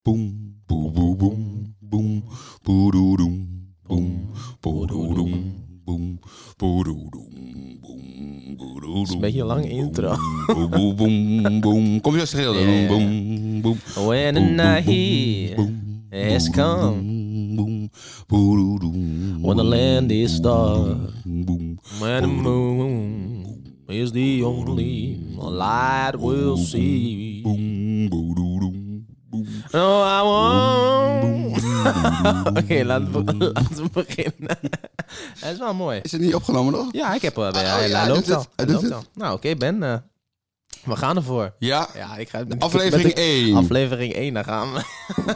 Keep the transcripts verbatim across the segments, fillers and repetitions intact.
Boom, boom, boom, boom, boom, boom, boom, boom, boom, Dat is een beetje een lange intro. Boom, boom, boom. Kom je als heel Ja, ja. boom, boom. When the night has come, when the land is dark, when the moon is the only light we'll see. No, I won't. Oké, okay, laten, we, laten we beginnen. Dat is wel mooi. Is het niet opgenomen nog? Ja, ik heb wel. Oh, Hij ja, loopt doet al. het. Hij Doet loopt het. al. Nou, oké, okay, Ben. Uh, we gaan ervoor. Ja. Ja, ik ga. Aflevering met de- één. Aflevering één, daar gaan we.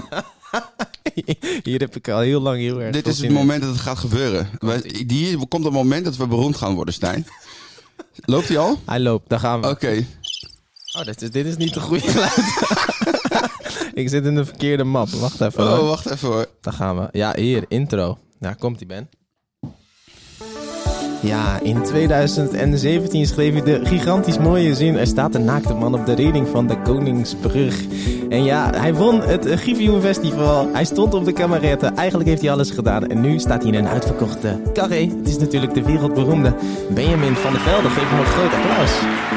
Hier heb ik al heel lang heel erg. Dit veel is het zin in. moment dat het gaat gebeuren. Wij- Hier komt het moment dat we beroemd gaan worden, Stijn. Loopt hij al? Hij loopt, daar gaan we. Oké. Okay. Oh, dit is, dit is niet de goede geluid. Ik zit in de verkeerde map. Wacht even. Oh, hoor. wacht even hoor. Daar gaan we. Ja, hier, intro. Daar komt hij, Ben. Ja, in twintig zeventien schreef hij de gigantisch mooie zin: er staat een naakte man op de reling van de Koningsbrug. En ja, hij won het Griffioen Festival. Hij stond op de kameretten. Eigenlijk heeft hij alles gedaan. En nu staat hij in een uitverkochte carré. Het is natuurlijk de wereldberoemde Benjamin van der Velde. Geef hem een groot applaus.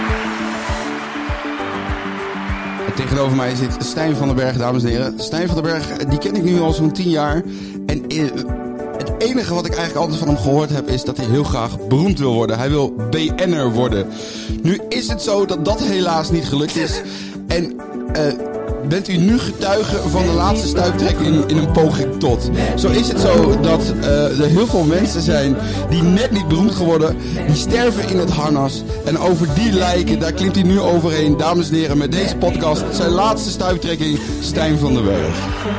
Tegenover mij zit Stijn van den Berg, dames en heren. Stijn van den Berg, die ken ik nu al zo'n tien jaar. En eh, het enige wat ik eigenlijk altijd van hem gehoord heb, is dat hij heel graag beroemd wil worden. Hij wil B N'er worden. Nu is het zo dat dat helaas niet gelukt is. En uh, bent u nu getuige van de laatste stuiptrekking in een poging tot. Zo is het zo dat uh, er heel veel mensen zijn die net niet beroemd geworden. Die sterven in het harnas. En over die lijken, daar klimt hij nu overheen. Dames en heren, met deze podcast zijn laatste stuiptrekking, Stijn van den Berg.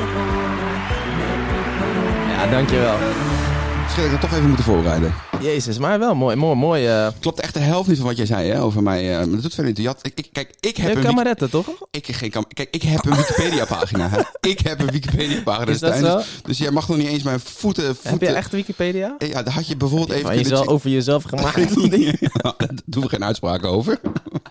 Ja, dankjewel. Misschien had ik dat toch even moeten voorbereiden. Jezus, maar wel mooi, mooi, mooi. Uh... Klopt echt de helft niet van wat jij zei hè, over mij. Uh, maar dat doet verder niet. Je had- ik, ik, kijk, ik heb Je een... kameretten, toch? Ik, geen kam- Kijk, ik heb een Wikipedia-pagina. Hè. Ik heb een Wikipedia-pagina. Is dat Stijn. zo? Dus, dus jij mag nog niet eens mijn voeten... voeten Heb je echt Wikipedia? Ja, daar had je bijvoorbeeld even... Van kunnen jezelf, checken. over jezelf gemaakt. Ja, daar doen we geen uitspraken over.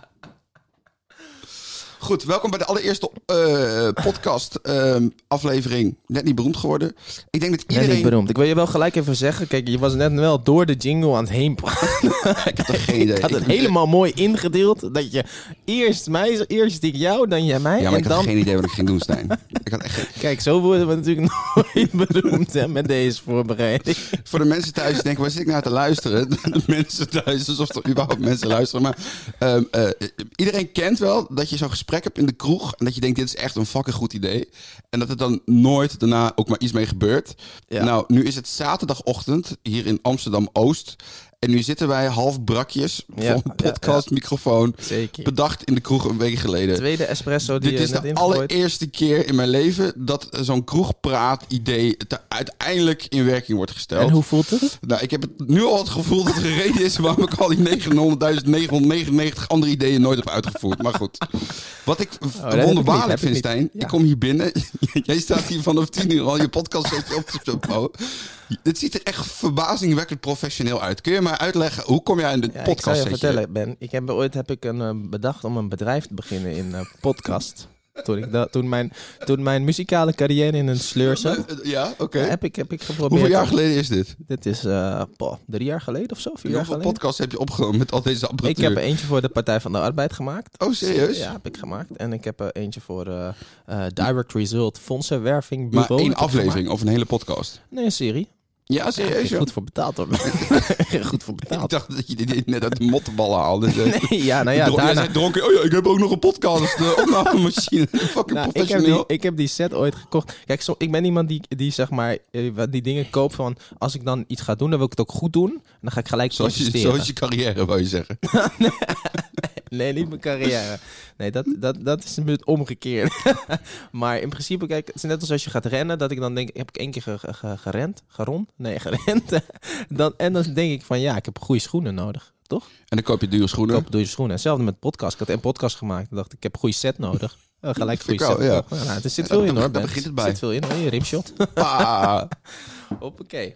Goed, welkom bij de allereerste uh, podcast uh, aflevering. Net niet beroemd geworden. Ik denk dat Net iedereen... niet beroemd. Ik wil je wel gelijk even zeggen. Kijk, je was net wel door de jingle aan het heen praten. Ik heb er geen idee. Ik had het Ik- helemaal mooi ingedeeld. Dat je eerst mij, eerst ik jou, dan jij mij. Ja, maar en ik had dan... geen idee wat ik ging doen, Stijn. Ik had echt geen... Kijk, zo worden we natuurlijk nooit beroemd hè, met deze voorbereiding. Voor de mensen thuis die denken, waar zit ik naar te luisteren? De mensen thuis, alsof er überhaupt mensen luisteren. Maar um, uh, iedereen kent wel dat je zo'n gesprek hebt in de kroeg. En dat je denkt, dit is echt een fucking goed idee. En dat er dan nooit daarna ook maar iets mee gebeurt. Ja. Nou, nu is het zaterdagochtend hier in Amsterdam-Oost. En nu zitten wij half brakjes Ja, voor een ja, podcast, ja. microfoon. Zeker. Bedacht in de kroeg een week geleden. Tweede espresso die Dit je is net de ingegooid. allereerste keer in mijn leven dat zo'n kroegpraat-idee te- uiteindelijk in werking wordt gesteld. En hoe voelt het? Nou, ik heb het nu al het gevoel dat er een reden is waarom ik al die negenhonderdduizend negenhonderdnegenennegentig andere ideeën nooit heb uitgevoerd. Maar goed. Wat ik v- Oh, dat heb ik niet, wonderbaarlijk heb ik vind, niet. Stijn, Ja. ik kom hier binnen. Jij staat hier vanaf tien uur al je podcast op te bouwen. Het ziet er echt verbazingwekkend professioneel uit. Kun je mij uitleggen, hoe kom jij in de Ja, ik podcast zal je setje? vertellen, Ben. Ik heb, ooit heb ik een, uh, bedacht om een bedrijf te beginnen in uh, podcast. Toen, ik da- toen, mijn, toen mijn muzikale carrière in een sleur zat, Uh, Ja, oké. heb, ik, heb ik geprobeerd... Hoeveel jaar om- geleden is dit? Dit is uh, boah, drie jaar geleden of zo, vier jaar Hoeveel geleden. podcasts heb je opgenomen met al deze apparatuur? Ik heb er eentje voor de Partij van de Arbeid gemaakt. Oh, serieus? Ja, heb ik gemaakt. En ik heb er eentje voor uh, uh, Direct Result Fondsenwerving Maar Bureau. één heb ik aflevering gemaakt. of een hele podcast? Nee, een serie. Ja, Daar serieus, heb je joh? goed voor betaald hoor. Goed voor Ik betaald. dacht dat je dit net uit de mottenballen haalde. Nee, ja, nou ja, Dron- Jij daarna... zei dronken, oh ja, ik heb ook nog een podcast, de opnamemachine. Fucking Nou, ik, heb professioneel. die, ik heb die set ooit gekocht. Kijk, zo, ik ben iemand die, die zeg maar eh, die dingen koopt van... als ik dan iets ga doen, dan wil ik het ook goed doen. En dan ga ik gelijk Zoals je, investeren. zoals je carrière, wou je zeggen. Nee, niet mijn carrière. Nee, dat, dat, dat is het omgekeerd. Maar in principe, kijk, het is net als als je gaat rennen... dat ik dan denk, heb ik één keer ge, ge- ge- gerend? Gerond? Nee, gerend. dan, en dan denk ik van, ja, ik heb goede schoenen nodig. Toch? En dan koop je dure schoenen. Koop door je schoenen. Hetzelfde met podcast. Ik had een podcast gemaakt. Dan dacht ik, ik heb een goede set nodig. Uh, gelijk Vind goede ik set. wel, ja. gekocht. Nou, er zit Ja, veel in daar- hoor, daar Ben. begint het Er bij. zit veel in. Oh, je rimshot. Ah, Hoppakee.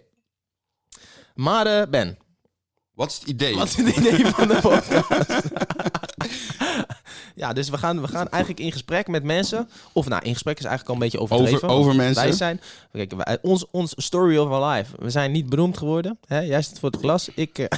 Maar uh, Ben, wat is het idee? wat is het idee van de podcast? Ja, dus we gaan, we gaan eigenlijk in gesprek met mensen. Of nou, in gesprek is eigenlijk al een beetje overdreven. Over, over mensen. Wij zijn, kijk, wij, ons, ons story of our life. We zijn niet beroemd geworden. Hè? Jij zit voor de klas. Ik, uh,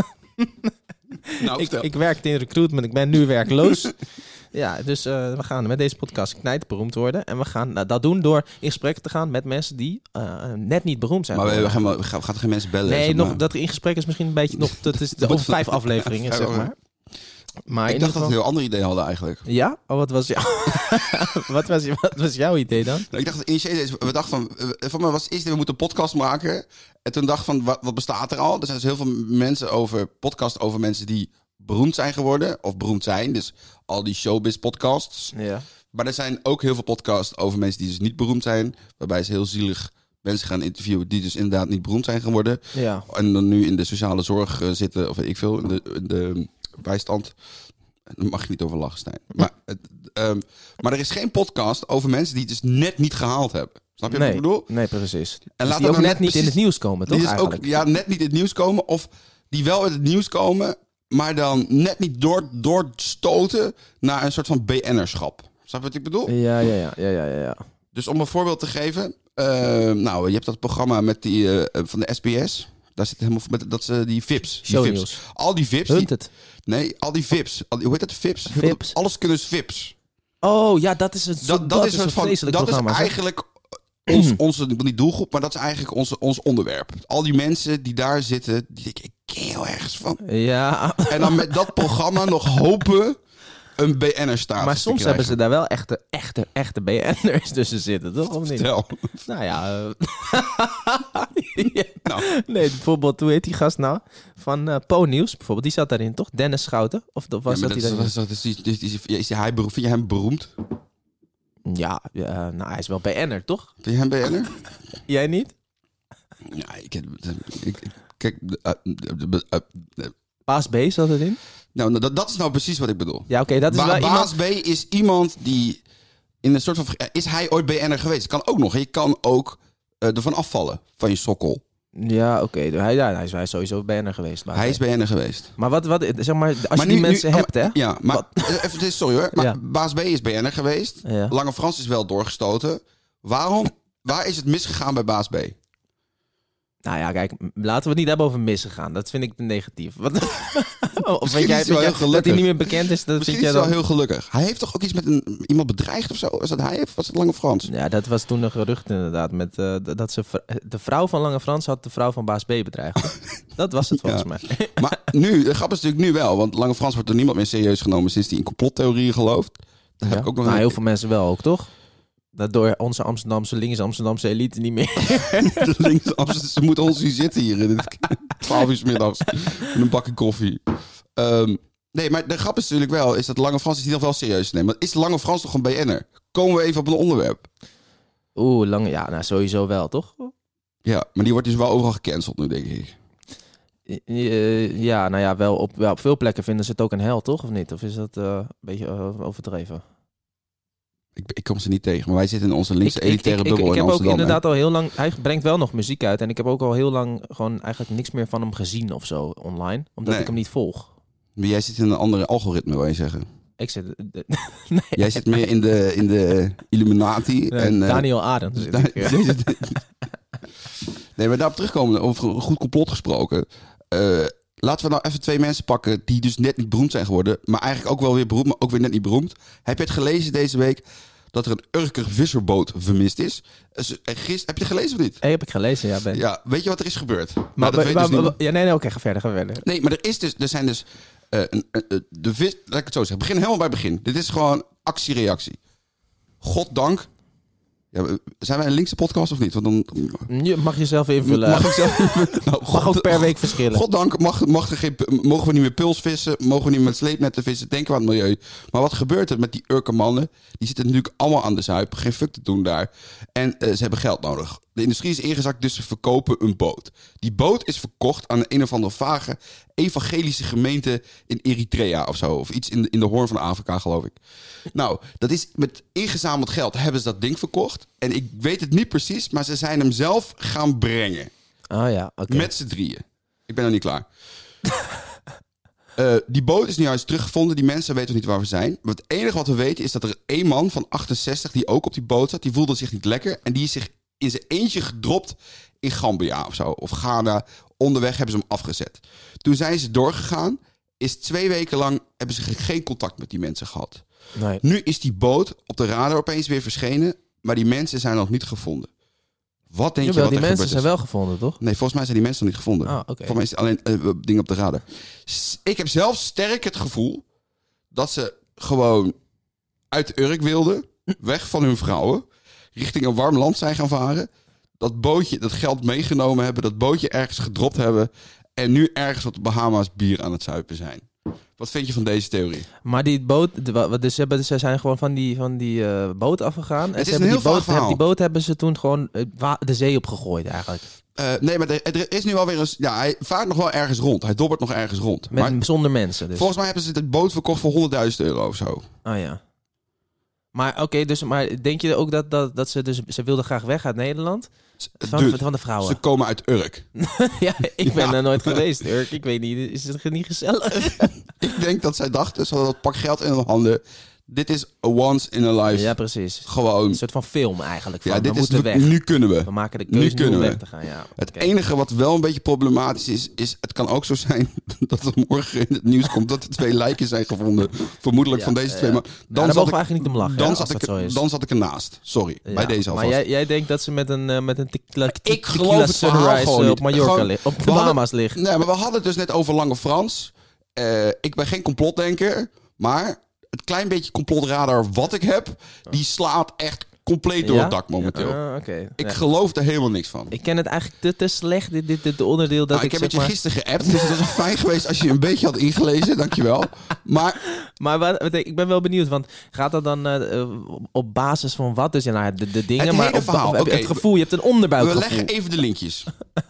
nou, ik, ik werkte in recruitment. Ik ben nu werkloos. Ja, dus uh, we gaan met deze podcast knijtberoemd worden. En we gaan uh, dat doen door in gesprek te gaan met mensen die uh, net niet beroemd zijn. Maar we, we, gaan, we gaan toch geen mensen bellen? Nee, zeg nog, maar. dat in gesprek is misschien een beetje nog... Dat is de, over vijf afleveringen, zeg maar. Maar ik in dacht geval... dat we een heel ander idee hadden eigenlijk. Ja? Oh, wat was, jou... wat, was, wat was jouw idee dan? Ik dacht, initieel, we dachten van, van mij was het eerste, we moeten een podcast maken. En toen dacht ik van, wat, wat bestaat er al? Er zijn dus heel veel mensen over, podcast over mensen die beroemd zijn geworden. Of beroemd zijn, dus al die showbiz podcasts. Ja. Maar er zijn ook heel veel podcasts over mensen die dus niet beroemd zijn. Waarbij ze heel zielig mensen gaan interviewen die dus inderdaad niet beroemd zijn geworden. Ja. En dan nu in de sociale zorg uh, zitten, of weet ik veel, in de, in de bijstand. Daar mag je niet over lachen, Stijn. Maar, um, maar er is geen podcast over mensen die het dus net niet gehaald hebben. Snap je nee, wat ik bedoel? Nee, precies. En dus laat die ook nou net niet precies, in het nieuws komen, toch die dus eigenlijk? ook ja, net niet in het nieuws komen. Of die wel in het nieuws komen, maar dan net niet door, doorstoten naar een soort van B N'erschap. Snap je wat ik bedoel? Ja, ja, ja. ja, ja, ja. Dus om een voorbeeld te geven. Uh, nou, je hebt dat programma met die, uh, van de S B S. Daar zit helemaal met dat ze die V I Ps. Die V I Ps. Al die V I Ps. Die, nee, al die V I Ps. Al die, hoe heet dat? V I Ps? V I Ps. Alles kunnen V I Ps. Oh ja, dat is het. Dat, dat, dat is, is een van, vreselijk dat programma. is eigenlijk ons, onze niet doelgroep, maar dat is eigenlijk onze, ons onderwerp. Al die mensen die daar zitten, die denken, ik ken heel ergens van. Ja. En dan met dat programma nog hopen een B N'er status Maar soms hebben ze daar wel echte, echte, echte B N'ers tussen zitten, toch? Of niet? Vertel. Nou ja. Uh... ja. Nou. Nee, bijvoorbeeld, hoe heet die gast nou? Van uh, Po Nieuws, bijvoorbeeld. Die zat daarin, toch? Dennis Schouten? Of was ja, dat, dat die is, daarin? is, is, is, is, is, is hij beroemd? Vind je hem beroemd? Ja, uh, nou, hij is wel B N'er, toch? Vind je hem B N'er? Jij niet? Ja, ik... ik, ik kijk... Uh, uh, uh, uh, Baas B zat erin? Nou, dat, dat is nou precies wat ik bedoel. Ja, oké, okay, dat is ba- wel Baas iemand... B is iemand die in een soort van... Is hij ooit B N'er geweest? Kan ook nog. Je kan ook uh, ervan afvallen, van je sokkel. Ja, oké. Okay. Hij, ja, hij, is, hij is sowieso B N'er geweest. Maar hij is B N'er geweest. Maar wat, wat zeg maar, als maar je die nu, mensen nu, hebt, hè? Ja, maar even, sorry hoor. Maar ja. Baas B is B N'er geweest. Ja. Lange Frans is wel doorgestoten. Waarom? Waar is het misgegaan bij Baas B? Nou ja, kijk, laten we het niet hebben over misgegaan. Dat vind ik te negatief. Wat, of vind jij, is wel jij, heel dat hij niet meer bekend is, dat Misschien vind is jij hij dan... wel heel gelukkig. Hij heeft toch ook iets met een, iemand bedreigd of zo? Was dat hij of was het Lange Frans? Ja, dat was toen een gerucht inderdaad. Met, uh, dat ze, de vrouw van Lange Frans had de vrouw van Baas B bedreigd. Dat was het volgens ja. mij. Maar nu, de grap is natuurlijk nu wel. Want Lange Frans wordt door niemand meer serieus genomen sinds hij in complottheorieën gelooft. Daar ja. heb ik ook nog nou, een... heel veel mensen wel ook, toch? Dat door onze Amsterdamse, links-Amsterdamse elite niet meer. De links-Amsterdamse, ze moeten ons zien zitten hier in het twaalf uur 's middags. In een bakje koffie. Um, nee, maar de grap is natuurlijk wel, is dat Lange Frans is nog wel serieus te nemen. Maar is Lange Frans toch een B N'er? Komen we even op een onderwerp. Oeh, Lange, ja, nou sowieso wel, toch? Ja, maar die wordt dus wel overal gecanceld nu, denk ik. Uh, ja, nou ja, wel op, wel op veel plekken vinden ze het ook een hel, toch? Of niet? Of is dat uh, een beetje uh, overdreven? Ik, ik kom ze niet tegen, maar wij zitten in onze linkse elitaire bubbel ik, ik, ik, ik in Amsterdam. Ik heb ook inderdaad hè? al heel lang... Hij brengt wel nog muziek uit. En ik heb ook al heel lang gewoon eigenlijk niks meer van hem gezien of zo online. Omdat nee. ik hem niet volg. Maar jij zit in een andere algoritme, wil je zeggen? Ik zit... De, nee. Jij zit meer in de, in de Illuminati. Nee, en, uh, Daniel Adams zit ik, ja. Nee, maar daarop terugkomen, over een goed complot gesproken. Uh, laten we nou even twee mensen pakken die dus net niet beroemd zijn geworden. Maar eigenlijk ook wel weer beroemd, maar ook weer net niet beroemd. Heb je het gelezen deze week dat er een Urker visserboot vermist is? Gist, heb je het gelezen of niet? Hey, heb ik gelezen, ja, Ben. Ja, weet je wat er is gebeurd? Maar, maar dat weet maar, dus niet. Ja, nee, nee, oké, ga verder, ga verder. Nee, maar er, is dus, er zijn dus... Uh, een, uh, de vis, laat ik het zo zeggen. Begin helemaal bij het begin. Dit is gewoon actie-reactie. Goddank. Ja, zijn wij een linkse podcast of niet? Want dan, je mag jezelf invullen. Mag ik zelf invullen? Nou, mag God, ook per week verschillen. Goddank mag, mag er geen, mogen we niet meer pulsvissen. Mogen we niet meer met sleepnetten vissen. Denken we aan het milieu. Maar wat gebeurt er met die Urker mannen? Die zitten natuurlijk allemaal aan de zuip. Geen fuck te doen daar. En uh, ze hebben geld nodig. De industrie is ingezakt, dus ze verkopen een boot. Die boot is verkocht aan een of andere vage evangelische gemeente in Eritrea of zo. Of iets in de, in de Hoorn van Afrika, geloof ik. Nou, dat is met ingezameld geld hebben ze dat ding verkocht. En ik weet het niet precies, maar ze zijn hem zelf gaan brengen. Oh ja, oké. Okay. Met z'n drieën. Ik ben nog niet klaar. Uh, die boot is nu juist teruggevonden. Die mensen weten nog niet waar we zijn. Maar het enige wat we weten is dat er één man van achtenzestig... die ook op die boot zat, die voelde zich niet lekker. En die is zich in zijn eentje gedropt in Gambia of zo. Of Ghana. Onderweg hebben ze hem afgezet. Toen zijn ze doorgegaan. Is twee weken lang hebben ze geen contact met die mensen gehad. Nee. Nu is die boot op de radar opeens weer verschenen. Maar die mensen zijn nog niet gevonden. Wat denk Jawel, je wat die er mensen zijn is? wel gevonden, toch? Nee, volgens mij zijn die mensen nog niet gevonden. Ah, okay. Volgens mij is het alleen uh, dingen op de radar. S- Ik heb zelf sterk het gevoel dat ze gewoon uit Urk wilden, weg van hun vrouwen, richting een warm land zijn gaan varen. Dat bootje, dat geld meegenomen hebben, dat bootje ergens gedropt hebben en nu ergens op de Bahama's bier aan het zuipen zijn. Wat vind je van deze theorie? Maar die boot, de, dus ze, hebben, ze zijn gewoon van die, van die uh, boot afgegaan. En Het ze is een hebben heel die boot, vaag verhaal. Die boot hebben ze toen gewoon uh, wa- de zee opgegooid eigenlijk. Uh, nee, maar er, er is nu alweer een... Ja, hij vaart nog wel ergens rond. Hij dobbert nog ergens rond. Met, maar, zonder mensen dus. Volgens mij hebben ze de boot verkocht voor honderdduizend euro of zo. Oh ja. Maar oké, okay, dus maar denk je ook dat, dat, dat ze dus ze wilden graag weg uit Nederland? Van, Dude, van de vrouwen. Ze komen uit Urk. Ja, ik ben Ja. er nooit geweest, Urk. Ik weet niet, is het niet gezellig? Ik denk dat zij dachten, ze hadden dat pak geld in hun handen. Dit is a once in a life. Ja, precies. Gewoon. Een soort van film eigenlijk. Van, Ja, dit we is moeten we, weg. nu kunnen we. We maken de Nu keuze kunnen om we. weg te gaan. Ja, Het okay. enige wat wel een beetje problematisch is, is het kan ook zo zijn dat er morgen in het nieuws komt dat er twee lijken zijn gevonden. Vermoedelijk Ja, van deze ja. twee. Maar Nou, dan, daar zat mogen we ik, eigenlijk niet om lachen. dan, hè, zat als ik, dat zo is. dan zat ik ernaast. Sorry, Ja, bij deze alvast. Maar jij, jij denkt dat ze met een, uh, met een tequila, Ik tequila geloof het verhaal sunrise gewoon uh, niet. op Mallorca Gewoon- ligt. Op de we hadden- Bahama's ligt. Nee, maar we hadden het dus net over Lange Frans. Uh, ik ben geen complotdenker, maar het klein beetje complotradar wat ik heb, die slaat echt compleet door Ja? het dak momenteel. Ja, uh, okay. Ik Ja. geloof er helemaal niks van. Ik ken het eigenlijk te, te slecht, dit, dit, dit onderdeel. Dat Nou, ik ik, heb zeg het je maar, gisteren geappt, dus het was wel fijn geweest als je een beetje had ingelezen. Dankjewel. Maar Maar wat, wat- ik ben wel benieuwd, want gaat dat dan uh, op basis van wat? Dus ja, nou, de, de dingen, Het maar hele op, verhaal, op- heb je oké. het gevoel, je hebt een we onderbuikgevoel. leggen even de linkjes.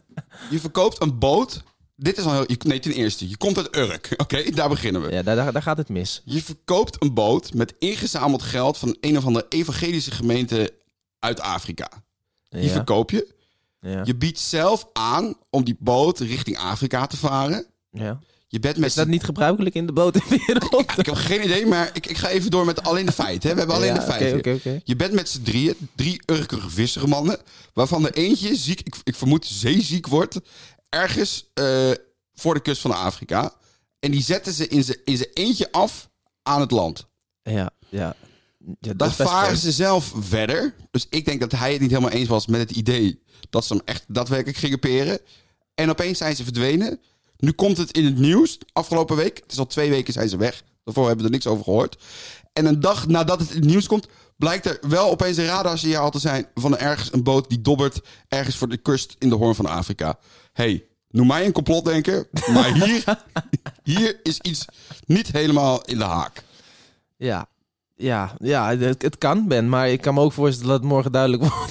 Je verkoopt een boot. Dit is al heel... je- Nee, ten eerste. Je komt uit Urk. Oké, daar beginnen we. Ja, daar, daar, daar gaat het mis. Je verkoopt een boot met ingezameld geld van een of andere evangelische gemeente uit Afrika. Die Ja, verkoop je. ja, Je biedt zelf aan om die boot richting Afrika te varen. ja. Je bent met Is dat z'n- niet gebruikelijk in de botenwereld? Ik heb geen idee, maar ik, ik ga even door met alleen de feiten. Hè. We hebben alleen Ja, de feiten. Oké, oké, oké. Je bent met z'n drieën, drie urkige vissermannen, waarvan er eentje ziek, ik, ik vermoed zeeziek wordt, ergens uh, voor de kust van Afrika. En die zetten ze in zijn in zijn eentje af aan het land. Ja, ja. ja dat Dan is best varen vreemd. ze zelf verder. Dus ik denk dat hij het niet helemaal eens was met het idee dat ze hem echt daadwerkelijk gingen peren. En opeens zijn ze verdwenen. Nu komt het in het nieuws, afgelopen week. Het is al twee weken zijn ze weg. Daarvoor hebben we er niks over gehoord. En een dag nadat het in het nieuws komt, blijkt er wel opeens een radarsignaal te zijn van ergens een boot die dobbert ergens voor de kust in de Hoorn van Afrika. Hey, noem mij een complotdenker, maar hier, hier is iets niet helemaal in de haak. Ja, ja, ja het, het kan, Ben. Maar ik kan me ook voorstellen dat het morgen duidelijk wordt.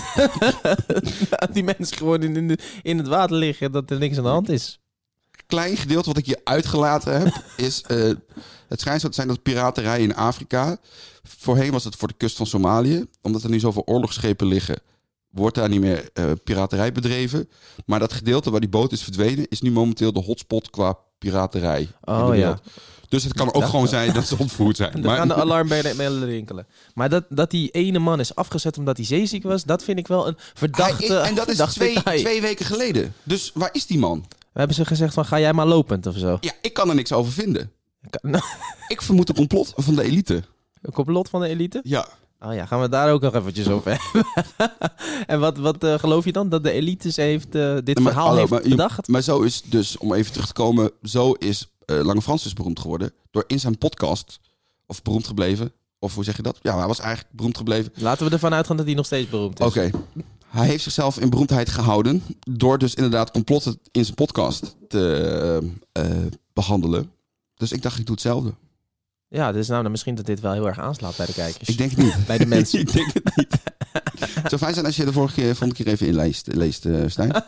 Dat die mensen gewoon in, in, de, in het water liggen, dat er niks aan de hand is. Klein gedeelte wat ik hier uitgelaten heb, is... Uh, het schijnt zo te zijn dat piraterij in Afrika... Voorheen was het voor de kust van Somalië. Omdat er nu zoveel oorlogsschepen liggen... wordt daar niet meer uh, piraterij bedreven. Maar dat gedeelte waar die boot is verdwenen... is nu momenteel de hotspot qua piraterij. in de Oh wereld. ja. Dus het kan ook Dat- gewoon zijn dat ze ontvoerd zijn. Dan Maar, gaan de alarmbellen rinkelen. Maar dat, dat die ene man is afgezet omdat hij zeeziek was... dat vind ik wel een verdachte hij is- en dat is verdachte twee, detail. twee weken geleden. Dus waar is die man? We hebben ze gezegd van, ga jij maar lopend of zo. Ja, ik kan er niks over vinden. Nou, Ik vermoed een complot van de elite. een complot van de elite? Ja. Oh ja, gaan we het daar ook nog eventjes over hebben. En wat, wat uh, geloof je dan? Dat de elite ze heeft, uh, dit Maar, verhaal hallo, heeft maar, je- bedacht? maar zo is dus, om even terug te komen... zo is uh, Lange Frans dus beroemd geworden... door in zijn podcast... of beroemd gebleven... of hoe zeg je dat? Ja, hij was eigenlijk beroemd gebleven. Laten we ervan uitgaan dat hij nog steeds beroemd is. Oké. Hij heeft zichzelf in beroemdheid gehouden... door dus inderdaad complotten in zijn podcast te uh, uh, behandelen. Dus ik dacht, ik doe hetzelfde. Ja, dus nou, dan misschien dat dit wel heel erg aanslaat bij de kijkers. Ik denk het niet. Bij de mensen. ik denk het niet. Het zou fijn zijn als je de vorige keer, volgende keer even inleest, leest, uh, Stijn.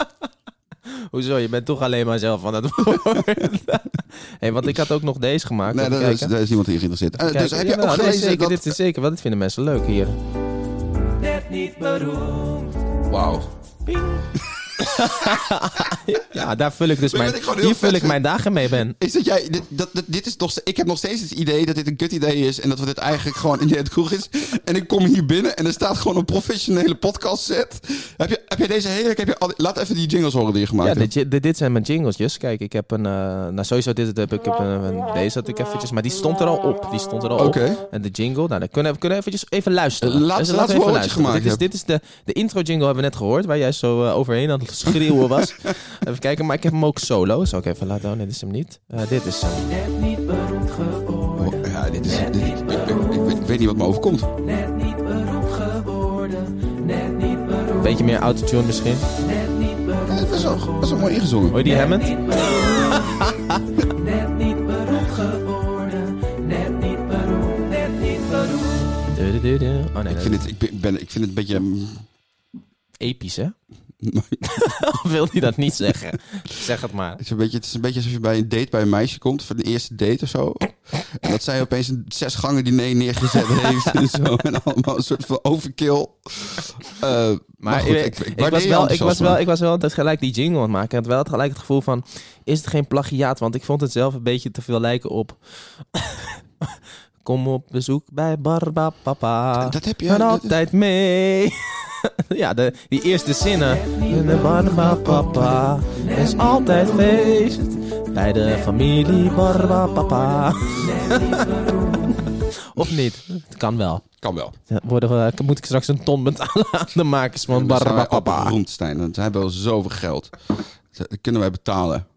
Hoezo? Je bent toch alleen maar zelf aan het woord. Hey, want ik had ook nog deze gemaakt. Nee, Even daar is, kijken. daar is niemand in geïnteresseerd. Uh, dus Kijken. heb Ja, je nou, ook nee, gelezen zeker, dat... dit is zeker, want dit vinden mensen leuk hier. Net niet beroemd. Wauw. Ping. Ja, daar vul ik dus Maar mijn, wat ik gewoon heel hier vul vet ik vind- mijn dagen mee, Ben. Is dat jij... Dit, dat, dat, dit is toch, ik heb nog steeds het idee dat dit een kut idee is. En dat we dit eigenlijk gewoon in het kroeg is. En ik kom hier binnen en er staat gewoon een professionele podcast set. Heb je, heb je deze hele... Heb je al, laat even die jingles horen die je gemaakt Ja, hebt. dit, dit, dit zijn mijn jingletjes. Kijk, ik heb een... Uh, nou, sowieso dit heb ik... ik heb een, een, deze had ik eventjes... Maar die stond er al op. Die stond er al Oké. op. En de jingle... Nou, dan kunnen we kunnen we eventjes even luisteren. Laat- Dus laat we horen wat je luisteren. gemaakt Dit is, hebt. dit is de, de intro jingle hebben we net gehoord. Waar jij zo uh, overheen aan het schreeuwen was. Even kijken. Maar ik heb hem ook solo. Zal ik even laten horen. Dit is hem niet. Uh, dit is hem. Net niet beroemd geworden. Oh, ja, dit is... Dit, ik, ik, ik, ik, weet- ik weet niet wat me overkomt. Net niet beroemd geworden. Net niet beroemd. Beetje meer autotune misschien. Net niet beroemd. Ja, dat was wel, was wel mooi ingezongen. Hoor je die Hammond? Niet beroemd. Net niet beroemd geworden. Net niet beroemd. Net niet beroemd. Du, du, du, du. Oh nee, Ik vind het, ik ben- ben, ik vind het een beetje... mm, episch, hè? Of wil hij dat niet zeggen? Zeg het maar. Het is, een beetje, het is een beetje alsof je bij een date bij een meisje komt, voor de eerste date of zo. En dat zij opeens een zes gangen diner neergezet heeft en zo. En allemaal een soort van overkill. Uh, maar goed, ik, ik, ik, ik, waardeer was je wel, ik, was enthousiasme. wel, ik was wel altijd gelijk die jingle aan het maken. Ik had wel het gelijk het gevoel van... Is het geen plagiaat? Want ik vond het zelf een beetje te veel lijken op... Kom op bezoek bij Barba Papa. Dat heb je... En dat- altijd mee. Ja, de, die eerste zinnen. En de Barba Papa is altijd feest. Bij de familie Barba Papa. Of niet? Het kan wel. Kan wel. Worden we, moet ik straks een ton betalen aan de makers van Dan zijn Barba wij Papa. opgeroemd, Stijn. Dan hebben we zoveel geld. Dat kunnen wij betalen.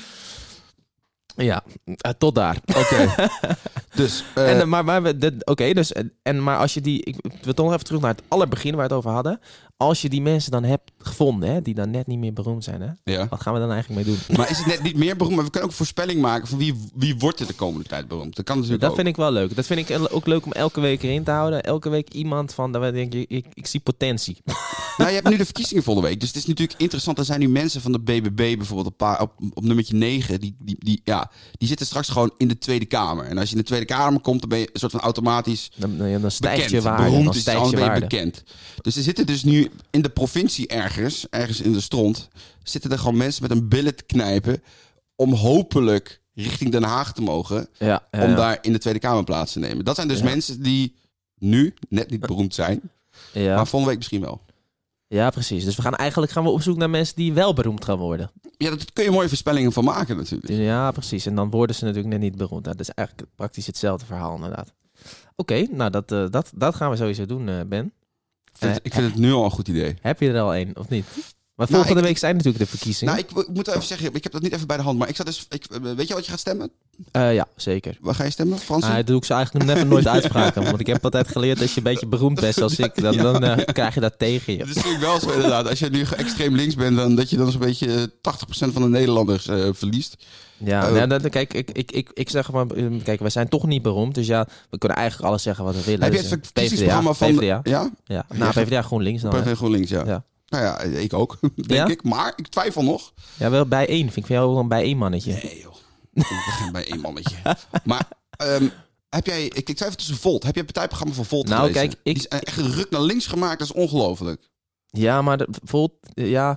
Ja, uh, tot daar. Oké. Dus... Uh, En, uh, maar maar, we- de- oké, dus, en, en, maar als je die... Ik wil toch nog even terug naar het allerbegin waar we het over hadden. Als je die mensen dan hebt gevonden, hè, die dan net niet meer beroemd zijn, hè, ja. wat gaan we dan eigenlijk mee doen? Maar is het net niet meer beroemd? Maar we kunnen ook een voorspelling maken van wie, wie wordt er de komende tijd beroemd. Dat kan natuurlijk Dat ook. vind ik wel leuk. Dat vind ik ook leuk om elke week erin te houden. Elke week iemand van, daar denk ik, ik, ik zie potentie. Nou, je hebt nu de verkiezingen volgende week. Dus het is natuurlijk interessant. Er zijn nu mensen van de B B B bijvoorbeeld een paar, op, op nummertje negen. Die, die, die, ja, die zitten straks gewoon in de Tweede Kamer. En als je in de Tweede Kamer komt, dan ben je een soort van automatisch Dan, dan, dan stijgt bekend. je waarde. Beroemd Dan is stijgt dan je ben je waarde. bekend. Dus er zitten dus nu in de provincie ergens, ergens in de stront, zitten er gewoon mensen met een billen te knijpen om hopelijk richting Den Haag te mogen. Ja, ja, Om ja. daar in de Tweede Kamer plaats te nemen. Dat zijn dus Ja. mensen die nu net niet beroemd zijn. Ja. Maar volgende week misschien wel. Ja, precies. Dus we gaan eigenlijk gaan we op zoek naar mensen die wel beroemd gaan worden. Ja, daar kun je mooie voorspellingen van maken natuurlijk. Dus ja, precies. En dan worden ze natuurlijk net niet beroemd. Nou, dat is eigenlijk praktisch hetzelfde verhaal inderdaad. Oké, nou dat, uh, dat, dat gaan we sowieso doen, uh, Ben. Ik vind, het, ik vind het nu al een goed idee. Heb je er al één, of niet? Maar Nou, volgende ik- week zijn natuurlijk de verkiezingen. Nou, ik, ik moet wel even zeggen, ik heb dat niet even bij de hand. Maar ik zat dus, ik, weet je wat je gaat stemmen? Uh, ja, zeker. Waar ga je stemmen? Frans? Ah, dat doe ik ze eigenlijk never nooit uitspraken. Want ik heb altijd geleerd dat je een beetje beroemd bent zoals ik. Dan, dan uh, krijg je dat tegen je. Dat is natuurlijk wel zo inderdaad. Als je nu extreem links bent, dan dat je dan zo'n beetje tachtig procent van de Nederlanders uh, verliest. Ja, Oh. nou, dan, kijk, ik, ik, ik, ik zeg gewoon, um, kijk, wij zijn toch niet beroemd. Dus ja, we kunnen eigenlijk alles zeggen wat we willen. Heb je Dus, het uh, verkiezingsprogramma van... P V D A. Ja? Ja, nou, P V D A GroenLinks dan. P V hè. D GroenLinks, ja. Ja. Nou ja, ik ook, denk Ja? ik. Maar ik twijfel nog. Ja, wel bij één. Vind ik van jou wel een bij één mannetje. Nee joh, ik begin bij één mannetje. Maar um, heb jij... Ik, ik twijfel tussen Volt. Heb je het partijprogramma van Volt Nou, gelezen? kijk, ik- Die is echt een ruk naar links gemaakt. Dat is ongelooflijk. Ja, maar de, Volt, eh, ja...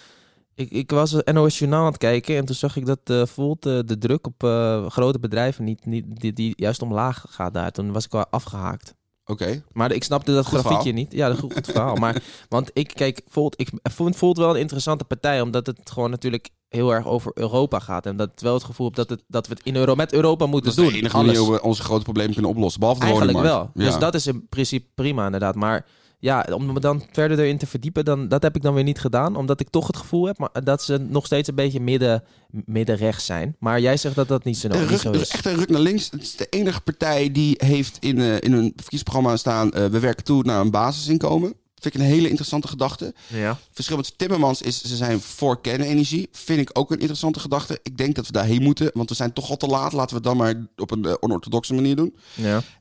Ik, ik was het N O S Journaal aan het kijken en toen zag ik dat uh, Volt uh, de druk op uh, grote bedrijven niet, niet die, die juist omlaag gaat daar. Toen was ik wel afgehaakt. Oké. Okay. Maar ik snapte dat Goed grafiekje verhaal. niet. Ja, dat is een goed, goed verhaal. Maar, want ik, kijk, Volt, ik vond Volt wel een interessante partij, omdat het gewoon natuurlijk heel erg over Europa gaat. En dat ik wel het gevoel heb dat, het, dat we het in Euro, met Europa moeten Dat is doen. de enige Alles. manier hoe we onze grote problemen kunnen oplossen. Behalve de Eigenlijk wel. woningmarkt. Ja. Dus dat is in principe prima inderdaad. Maar ja, om me dan verder erin te verdiepen, dan, dat heb ik dan weer niet gedaan. Omdat ik toch het gevoel heb maar, dat ze nog steeds een beetje midden, middenrechts zijn. Maar jij zegt dat dat niet zo, De niet ruk, zo dus is. echt een ruk naar links. Het is de enige partij die heeft in, uh, in een verkiezingsprogramma staan... Uh, we werken toe naar een basisinkomen. Vind ik een hele interessante gedachte. Ja. Verschil met Timmermans is, ze zijn voor kernenergie. Vind ik ook een interessante gedachte. Ik denk dat we daarheen moeten, want we zijn toch al te laat. Laten we het dan maar op een uh, onorthodoxe manier doen. Ja.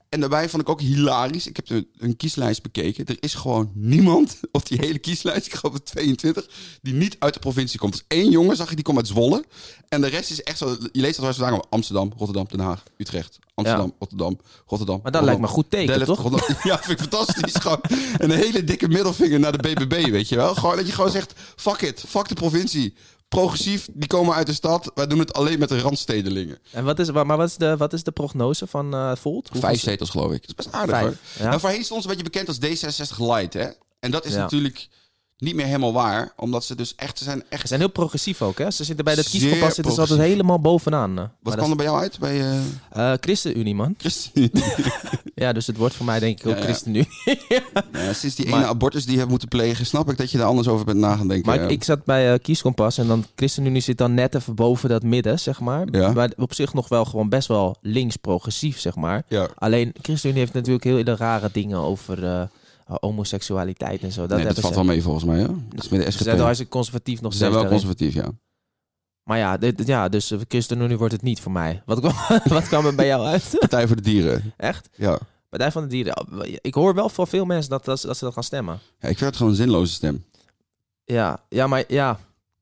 En daarbij vond ik ook hilarisch. Ik heb de, een kieslijst bekeken. Er is gewoon niemand op die hele kieslijst, ik geloof het tweeëntwintig, die niet uit de provincie komt. Dus één jongen, zag je, die komt uit Zwolle. En de rest is echt zo, je leest dat waar ze zeggen, Amsterdam, Rotterdam, Den Haag, Utrecht. Amsterdam, ja. Rotterdam, Rotterdam. Maar dat Rotterdam, lijkt me een goed teken, Delft, toch? Rotterdam. Ja, vind ik fantastisch. Gewoon een hele dikke middelvinger naar de B B B, weet je wel. Gewoon dat je gewoon zegt, fuck it, fuck de provincie. Progressief, die komen uit de stad. Wij doen het alleen met de randstedelingen. En wat is, maar wat is, de, wat is de prognose van uh, Volt? Hoeveel Vijf zetels, geloof ik. Dat is best aardig, Vijf, hoor. ja. Nou, voorheen stond ze een beetje bekend als D zesenzestig Light, hè. En dat is Ja. natuurlijk niet meer helemaal waar. Omdat ze dus echt... Ze zijn echt... Ze zijn heel progressief ook, hè? Ze zitten bij dat Zeer kieskompas zitten ze altijd progressief. helemaal bovenaan. uh. Wat Maar kwam er bij jou uit? Bij uh, dat is- uh, ChristenUnie, man. ChristenUnie? Ja, dus het wordt voor mij denk ik ook Ja, ja. ChristenUnie. Ja, sinds die Maar- ene abortus die je hebt moeten plegen, snap ik dat je daar anders over bent na gaan denken. Maar ja. ik, ik zat bij uh, Kieskompas en dan ChristenUnie zit dan net even boven dat midden, zeg maar. Ja. Maar op zich nog wel gewoon best wel links-progressief, zeg maar. Ja. Alleen ChristenUnie heeft natuurlijk hele rare dingen over uh, homoseksualiteit en zo. Dat, nee, dat hebben valt ze- wel mee volgens mij, hè? Dat is met de S G Ze P. zijn wel hartstikke conservatief nog Ze zijn steeds wel daarin. conservatief, ja. Maar ja, dit, ja dus uh, ChristenUnie wordt het niet voor mij. Wat kwam, wat kwam er bij jou uit? Partij voor de Dieren. Echt? Ja. Partij van de Dieren. Ik hoor wel van veel mensen dat, dat, ze- dat ze dat gaan stemmen. Ja, ik vind het gewoon een zinloze stem. Ja, ja, maar ja.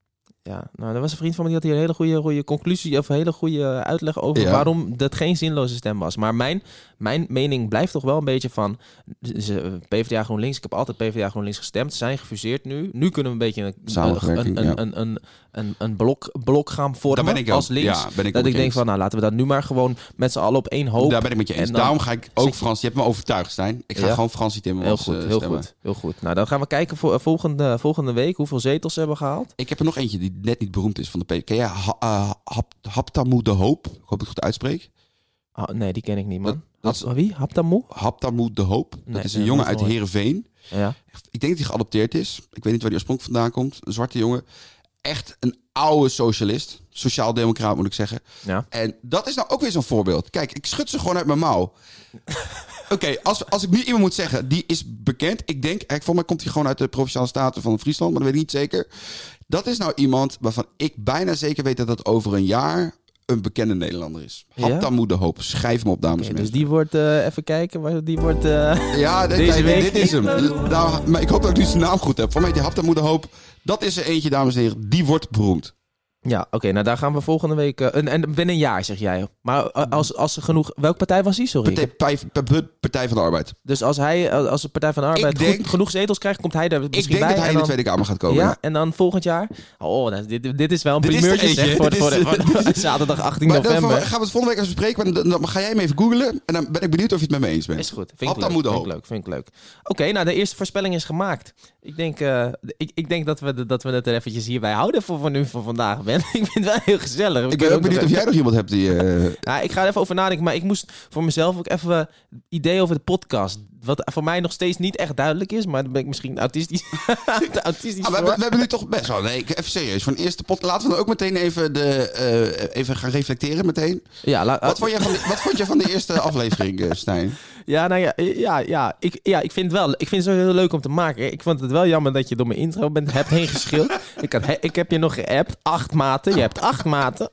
Ja, nou, er was een vriend van me die had hier een hele goede, goede conclusie of een hele goede uitleg over Ja. waarom dat geen zinloze stem was. Maar mijn, mijn mening blijft toch wel een beetje van ze- PvdA GroenLinks. Ik heb altijd PvdA GroenLinks gestemd. Ze zijn gefuseerd nu. Nu kunnen we een beetje een, Samenwerking, een, ja. een, een, een, een, een blok, blok gaan vormen Daar ben ik ook. als links. Ja, ben ik dat ook ik denk eens. van, nou laten we dat nu maar gewoon met z'n allen op één hoop. Daar ben ik met je eens. En dan- Daarom ga ik ook Zit je- Frans. Je hebt me overtuigd, Stijn. Ik ga Ja. gewoon Fransie Timmermans Heel goed, eh, heel stemmen. goed, heel goed. Nou, dan gaan we kijken voor, volgende, volgende week hoeveel zetels ze hebben gehaald. Ik heb er nog eentje die net niet beroemd is van de P. Ken jij ha uh, Hap Haptamu de Hoop? Ik hoop dat ik het goed uitspreek. Oh, nee, die ken ik niet, man. Dat- Wat, wie? Haptamoe? Haptamu de Hoop. Nee, dat is een nee, jongen nooit uit gehoord. Heerenveen. Ja. Ik denk dat hij geadopteerd is. Ik weet niet waar hij oorspronkelijk vandaan komt. Een zwarte jongen. Echt een oude socialist. Sociaal-democraat moet ik zeggen. Ja. En dat is nou ook weer zo'n voorbeeld. Kijk, ik schud ze gewoon uit mijn mouw. Oké, okay, als, als ik nu iemand moet zeggen, die is bekend. Ik denk, ik, volgens mij komt hij gewoon uit de Provinciale Staten van Friesland, maar dat weet ik niet zeker. Dat is nou iemand waarvan ik bijna zeker weet dat dat over een jaar een bekende Nederlander is. Ja? Haptamu de Hoop. Schrijf hem op, dames Okay, en dus heren. die wordt, uh, even kijken, waar die wordt... Uh... Ja, dit, Deze kijk, week. dit is hem. Nou, maar ik hoop dat ik nu zijn naam goed heb. Voor mij die Haptamu de Hoop. Dat is er eentje, dames en heren. Die wordt beroemd. Ja, oké, okay, nou daar gaan we volgende week... Uh, en, en binnen een jaar, zeg jij. Maar uh, als, als er genoeg... Welke partij was die, sorry? Partij, Partij, Partij van de Arbeid. Dus als hij, als de Partij van de Arbeid denk, goed, genoeg zetels krijgt, komt hij daar misschien Ik denk bij. dat hij en in dan, de Tweede Kamer gaat komen. Ja, Ja. en dan volgend jaar... Oh, nou, dit, dit is wel een Dit is er primeurtje eentje. zeg, voor, Dit voor, is- de, voor de- zaterdag achttien Maar dan november. gaan we het volgende week even bespreken. Maar dan, dan ga jij hem even googlen. En dan ben ik benieuwd of je het met me eens bent. Is goed, vind ik leuk, Haptamu de vind ik Hoop. leuk, vind ik leuk. Oké, nou de eerste voorspelling is gemaakt. Ik denk, uh, ik, ik denk dat, we, dat we het er eventjes hierbij houden voor, voor nu voor vandaag, Ben. Ik vind het wel heel gezellig. We Ik kunnen ben ook benieuwd nog of jij nog iemand hebt die... uh, Ja, ik ga er even over nadenken, maar ik moest voor mezelf ook even idee over de podcast. Wat voor mij nog steeds niet echt duidelijk is, maar dan ben ik misschien autistisch, te autistisch Ah, we, voor. hebben, we hebben nu toch best wel... Nee, even serieus. Van de eerste pot... Laten we dan ook meteen even, de, uh, even gaan reflecteren meteen. Ja, la, Wat vond, jij van de, wat vond je van de eerste aflevering, uh, Stijn? ja, nou ja, ja, ja, ik, ja, ik vind het wel. Ik vind het zo heel leuk om te maken. Ik vond het wel jammer dat je door mijn intro bent, hebt heen geschild. ik, had, ik heb je nog geappt. Acht maten. Je hebt acht maten.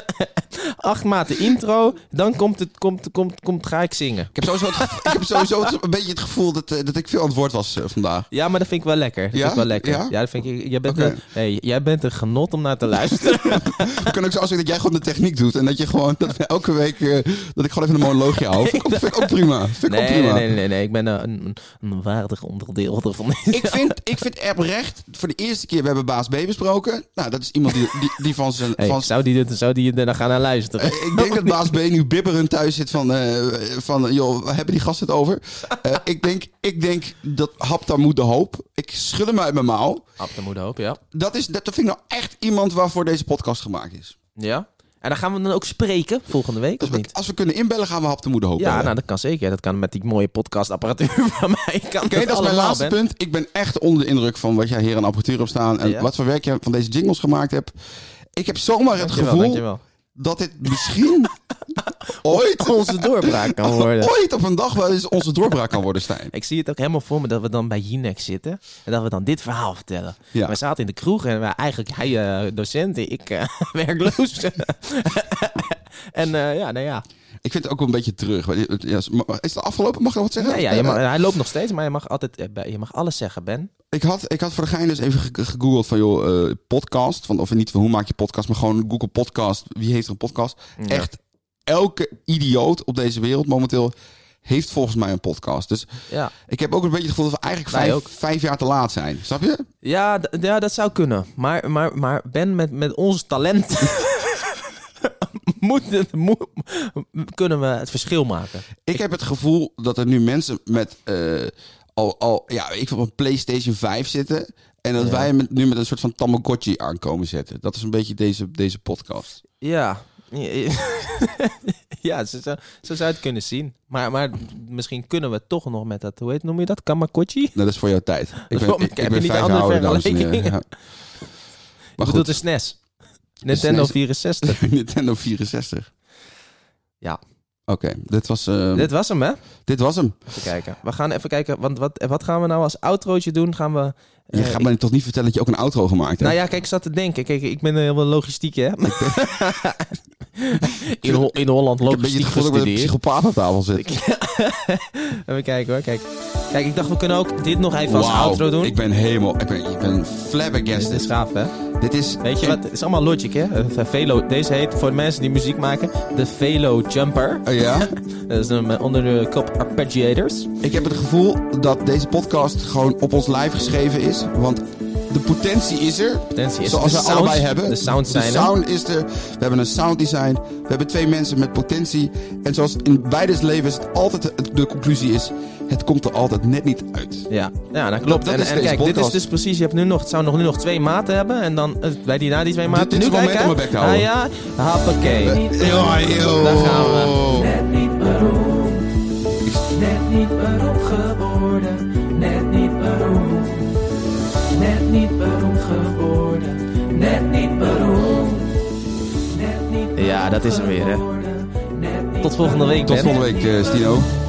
acht maten intro. Dan komt het, komt, komt, komt, ga ik zingen. Ik heb sowieso, het, gevo- ik heb sowieso het, een beetje het gevoel dat, uh, dat ik veel aan het woord was uh, vandaag. Ja, maar dat vind ik wel lekker. Dat Ja? vind ik wel lekker. Ja? Ja, dat vind ik. Jij bent, Oké. een, hey, jij bent een genot om naar te luisteren. We kunnen ook zo afspreken dat jij gewoon de techniek doet. En dat je gewoon, dat we elke week, uh, dat ik gewoon even een monoloogje hou. Vind ik ook, vind ik ook prima. Vind ik ook Nee, prima. nee, nee, nee, nee. Ik ben een, een, een waardig onderdeel ervan. Ik vind, ik vind oprecht, voor de eerste keer, we hebben Baas B besproken. Nou, dat is iemand die, die, die van zijn... Hey, van zou die er zou die er dan gaan naar luisteren? Uh, ik denk dat Baas B nu bibberend thuis zit van, uh, van joh, waar hebben die gasten het over? Uh, ik, denk, ik denk dat Haptamu de Hoop, ik schud hem uit mijn mouw. Ab de moeder hoop, ja. Dat, is, dat vind ik nou echt iemand waarvoor deze podcast gemaakt is. Ja. En dan gaan we dan ook spreken volgende week, Als of we, niet? als we kunnen inbellen, gaan we Haptamu de Hoop Ja, bellen. nou dat kan zeker. Dat kan met die mooie podcastapparatuur van mij. Kan Oké, dat is mijn laatste Ben. punt. Ik ben echt onder de indruk van wat jij hier aan apparatuur hebt staan. En Ja? wat voor werk je van deze jingles gemaakt hebt. Ik heb zomaar het Dankjewel, gevoel dankjewel. dat dit misschien ooit, Onze doorbraak kan worden. ooit op een dag wel eens onze doorbraak kan worden, Stijn. Ik zie het ook helemaal voor me dat we dan bij Jinek zitten. En dat we dan dit verhaal vertellen. Ja. We zaten in de kroeg en we eigenlijk hij uh, docent, ik uh, werkloos. en uh, ja, nou ja. Ik vind het ook wel een beetje terug. Ja, is het afgelopen? Mag ik nog wat zeggen? Ja, ja je mag, hij loopt nog steeds, maar je mag altijd je mag alles zeggen, Ben. Ik had, ik had voor de gein dus even ge- gegoogeld van, joh, uh, podcast. Van, of niet van hoe maak je podcast, maar gewoon Google Podcast. Wie heeft er een podcast? Ja. Echt elke idioot op deze wereld momenteel heeft volgens mij een podcast. Dus ja. ik heb ook een beetje het gevoel dat we eigenlijk vijf, vijf jaar te laat zijn. Snap je? Ja, d- ja dat zou kunnen. Maar, maar, maar Ben, met, met ons talent moet het, moet, kunnen we het verschil maken. Ik heb het gevoel dat er nu mensen met uh, al, al ja, ik wil op een PlayStation vijf zitten. En dat ja. wij met, nu met een soort van Tamagotchi aankomen zetten. Dat is een beetje deze, deze podcast. Ja. Ja, zo, zo, zo zou je het kunnen zien. Maar, maar misschien kunnen we toch nog met dat, hoe heet, noem je dat? Tamagotchi? Nou, dat is voor jouw tijd. Ik ben, ik, ik, ik ben niet vijf jaar ouder, dames en heren. Ja. Maar goed. De S N E S. Nintendo S N E S. vierenzestig. Nintendo vierenzestig. Ja. Oké, okay, dit was... Uh, dit was hem, hè? Dit was hem. Even kijken. We gaan even kijken, want wat, wat gaan we nou als outrootje doen? Gaan we... Je gaat uh, me toch niet vertellen dat je ook een outro gemaakt hebt? Nou ja, kijk, ik zat te denken. Kijk, ik ben heel veel logistiek, hè? in, Ho- in Holland logistiek gestudeerd. Ik heb een beetje het gevoel dat ik met een psychopaat aan tafel zit. Even kijken hoor, kijk. Kijk, ik dacht we kunnen ook dit nog even wow, als outro doen. Ik ben helemaal... Ik ben, ik ben flabbergasted. Dit is gaaf, hè? Dit is... Weet je wat? Het is allemaal logic, hè? Velo, deze heet voor de mensen die muziek maken de Velo Jumper. Oh ja? Dat is een, onder de kop Arpeggiators. Ik heb het gevoel dat deze podcast gewoon op ons live geschreven is. Want de potentie is er. Potentie is zoals we sound, allebei hebben. De sound zijn De sound is er. We hebben een sound design. We hebben twee mensen met potentie. En zoals in beide levens het altijd de conclusie is... Het komt er altijd net niet uit. Ja, ja dat klopt. Dat, dat en en kijk, podcast. Dit is dus precies... Je hebt nu nog, het zou nog, nu nog twee maten hebben. En dan bij die na die twee maten... Dit is nu het moment om mijn bek te houden. Ah ja, hoppakee. Uh, Daar gaan we. Net niet beroemd. Net niet beroemd geworden. Net niet beroemd. Net niet beroemd geworden. Net niet beroemd. Net niet beroemd. Ja, dat is hem weer, hè. Tot volgende week, Tot volgende week, uh, Stino.